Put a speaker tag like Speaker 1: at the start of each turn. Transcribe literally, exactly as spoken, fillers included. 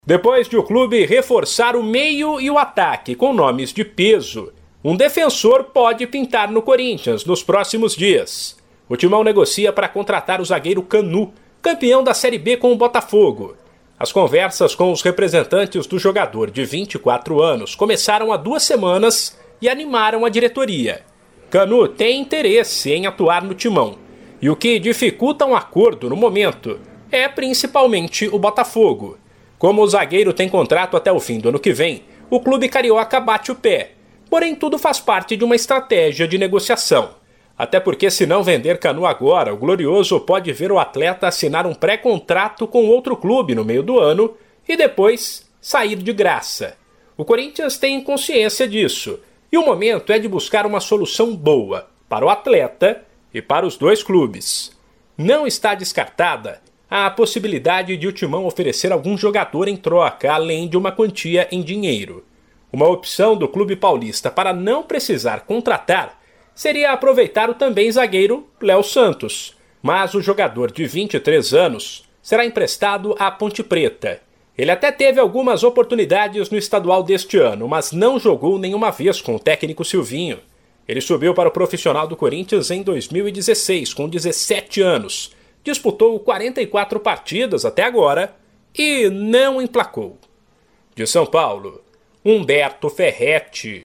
Speaker 1: Depois de o clube reforçar o meio e o ataque com nomes de peso, um defensor pode pintar no Corinthians nos próximos dias. O Timão negocia para contratar o zagueiro Canu, campeão da Série B com o Botafogo. As conversas com os representantes do jogador de vinte e quatro anos começaram há duas semanas e animaram a diretoria. Canu tem interesse em atuar no Timão, e o que dificulta um acordo no momento é principalmente o Botafogo. Como o zagueiro tem contrato até o fim do ano que vem, o clube carioca bate o pé. Porém, tudo faz parte de uma estratégia de negociação. Até porque, se não vender Canu agora, o Glorioso pode ver o atleta assinar um pré-contrato com outro clube no meio do ano e depois sair de graça. O Corinthians tem consciência disso, e o momento é de buscar uma solução boa para o atleta e para os dois clubes. Não está descartada a possibilidade de o Timão oferecer algum jogador em troca, além de uma quantia em dinheiro. Uma opção do clube paulista para não precisar contratar seria aproveitar o também zagueiro Léo Santos, mas o jogador de vinte e três anos será emprestado à Ponte Preta. Ele até teve algumas oportunidades no estadual deste ano, mas não jogou nenhuma vez com o técnico Silvinho. Ele subiu para o profissional do Corinthians em dois mil e dezesseis, com dezessete anos. Disputou quarenta e quatro partidas até agora e não emplacou. De São Paulo, Humberto Ferretti.